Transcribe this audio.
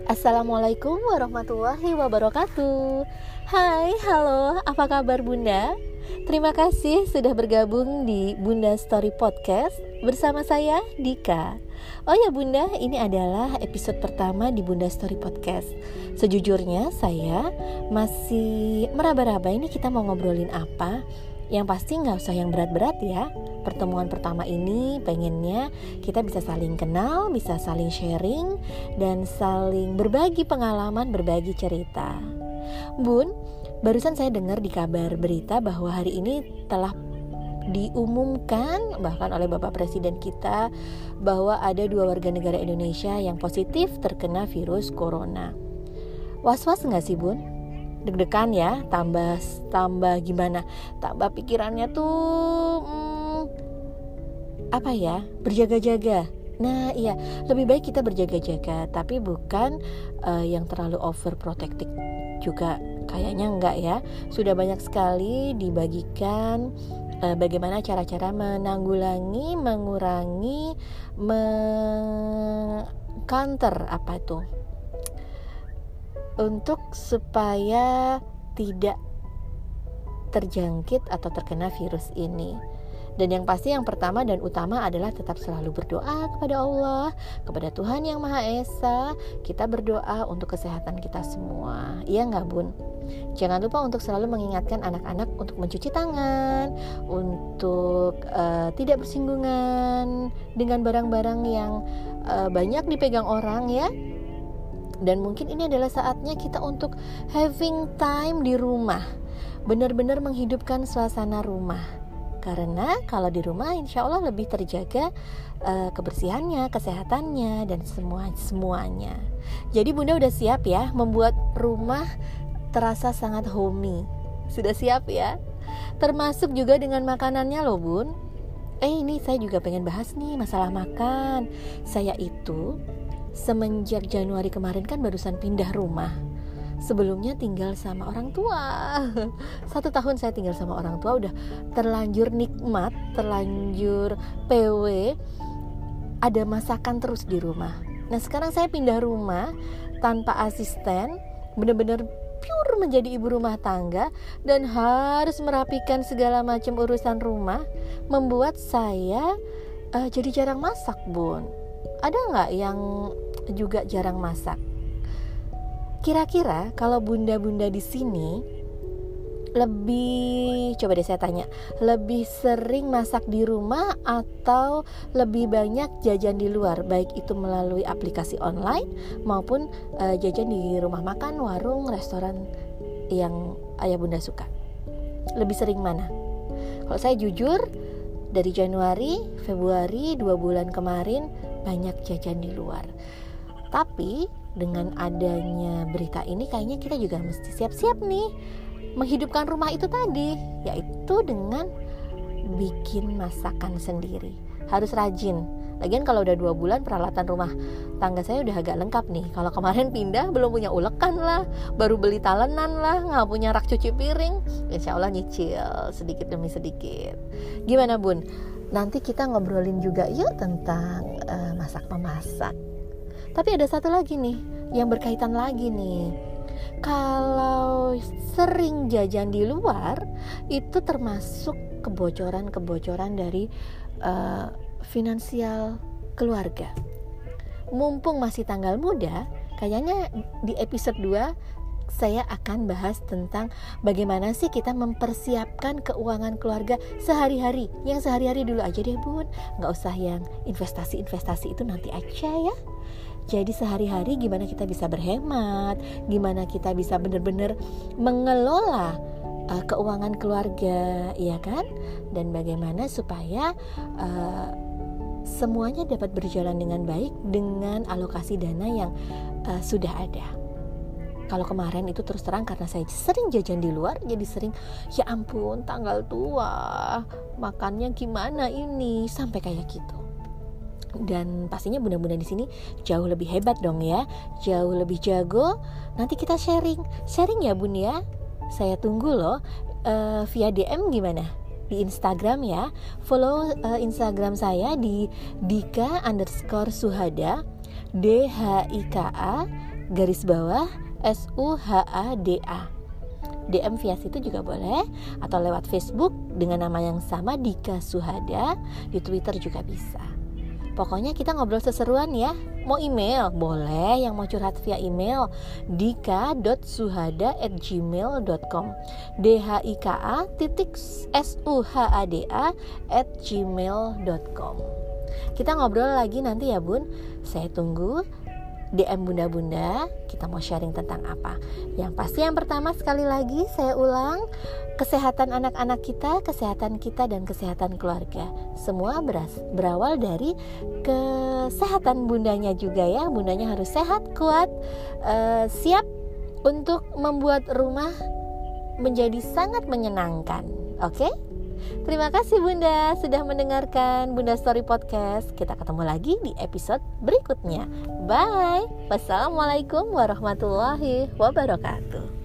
Assalamualaikum warahmatullahi wabarakatuh. Hai, halo, apa kabar Bunda? Terima kasih sudah bergabung di Bunda Story Podcast bersama saya, Dika. Oh ya Bunda, ini adalah episode pertama di Bunda Story Podcast. Sejujurnya saya masih meraba-raba ini kita mau ngobrolin apa. Yang pasti gak usah yang berat-berat ya. Pertemuan pertama ini pengennya kita bisa saling kenal, bisa saling sharing, dan saling berbagi pengalaman, berbagi cerita. Bun, barusan saya dengar di kabar berita bahwa hari ini telah diumumkan bahkan oleh Bapak Presiden kita bahwa ada 2 warga negara Indonesia yang positif terkena virus corona. Was-was gak sih Bun? Deg-degan ya, tambah gimana? Tambah pikirannya tuh berjaga-jaga. Nah iya, lebih baik kita berjaga-jaga, tapi bukan yang terlalu overprotective juga. Kayaknya enggak ya. Sudah banyak sekali dibagikan bagaimana cara-cara menanggulangi, mengurangi, counter untuk supaya tidak terjangkit atau terkena virus ini. Dan yang pasti yang pertama dan utama adalah tetap selalu berdoa kepada Allah, kepada Tuhan Yang Maha Esa. Kita berdoa untuk kesehatan kita semua. Iya gak Bun? Jangan lupa untuk selalu mengingatkan anak-anak untuk mencuci tangan, untuk tidak bersinggungan dengan barang-barang yang banyak dipegang orang ya. Dan mungkin ini adalah saatnya kita untuk having time di rumah, benar-benar menghidupkan suasana rumah. Karena kalau di rumah insya Allah lebih terjaga kebersihannya, kesehatannya, dan semuanya. Jadi Bunda udah siap ya membuat rumah terasa sangat homey. Sudah siap ya? Termasuk juga dengan makanannya loh Bun. Ini saya juga pengen bahas nih masalah makan. Saya itu semenjak Januari kemarin kan barusan pindah rumah. Sebelumnya tinggal sama orang tua. 1 tahun saya tinggal sama orang tua, udah terlanjur nikmat, terlanjur PW, ada masakan terus di rumah. Nah sekarang saya pindah rumah tanpa asisten, benar-benar pure menjadi ibu rumah tangga dan harus merapikan segala macam urusan rumah, membuat saya jadi jarang masak Bun. Ada gak yang juga jarang masak? Kira-kira kalau bunda-bunda di sini coba deh saya tanya, lebih sering masak di rumah atau lebih banyak jajan di luar, baik itu melalui aplikasi online maupun jajan di rumah makan, warung, restoran yang ayah bunda suka? Lebih sering mana? Kalau saya jujur, dari Januari, Februari 2 bulan kemarin banyak jajan di luar. Tapi dengan adanya berita ini kayaknya kita juga mesti siap-siap nih menghidupkan rumah itu tadi, yaitu dengan bikin masakan sendiri. Harus rajin. Lagian kalau udah 2 bulan peralatan rumah tangga saya udah agak lengkap nih. Kalau kemarin pindah belum punya ulekan lah, baru beli talenan lah, gak punya rak cuci piring. Insya Allah nyicil sedikit demi sedikit. Gimana Bun? Nanti kita ngobrolin juga yuk tentang masak-memasak. Tapi ada satu lagi nih yang berkaitan lagi nih. Kalau sering jajan di luar itu termasuk kebocoran dari finansial keluarga. Mumpung masih tanggal muda, kayaknya di episode 2 saya akan bahas tentang bagaimana sih kita mempersiapkan keuangan keluarga sehari-hari. Yang sehari-hari dulu aja deh Bun, gak usah yang investasi itu nanti aja ya. Jadi sehari-hari gimana kita bisa berhemat, gimana kita bisa benar-benar mengelola keuangan keluarga, ya kan? Dan bagaimana supaya semuanya dapat berjalan dengan baik dengan alokasi dana yang sudah ada. Kalau kemarin itu terus terang karena saya sering jajan di luar, jadi sering ya ampun tanggal tua, makannya gimana ini, sampai kayak gitu. Dan pastinya bunda-bunda di sini jauh lebih hebat dong ya, jauh lebih jago. Nanti kita sharing ya Bun ya. Saya tunggu loh via DM gimana? Di Instagram ya. Follow Instagram saya di Dika_Suhada, DHIKA _SUHADA. DM via situ juga boleh, atau lewat Facebook dengan nama yang sama, Dika Suhada. Di Twitter juga bisa. Pokoknya kita ngobrol seseruan ya. Mau email? Boleh, yang mau curhat via email dika.suhada@gmail.com dika.suhada@gmail.com. Kita ngobrol lagi nanti ya Bun. Saya tunggu DM bunda-bunda, kita mau sharing tentang apa. Yang pasti yang pertama, sekali lagi saya ulang, kesehatan anak-anak kita, kesehatan kita, dan kesehatan keluarga. Semua berawal dari kesehatan bundanya juga ya. Bundanya harus sehat, kuat, siap untuk membuat rumah menjadi sangat menyenangkan. Oke? Terima kasih Bunda sudah mendengarkan Bunda Story Podcast. Kita ketemu lagi di episode berikutnya. Bye. Wassalamualaikum warahmatullahi wabarakatuh.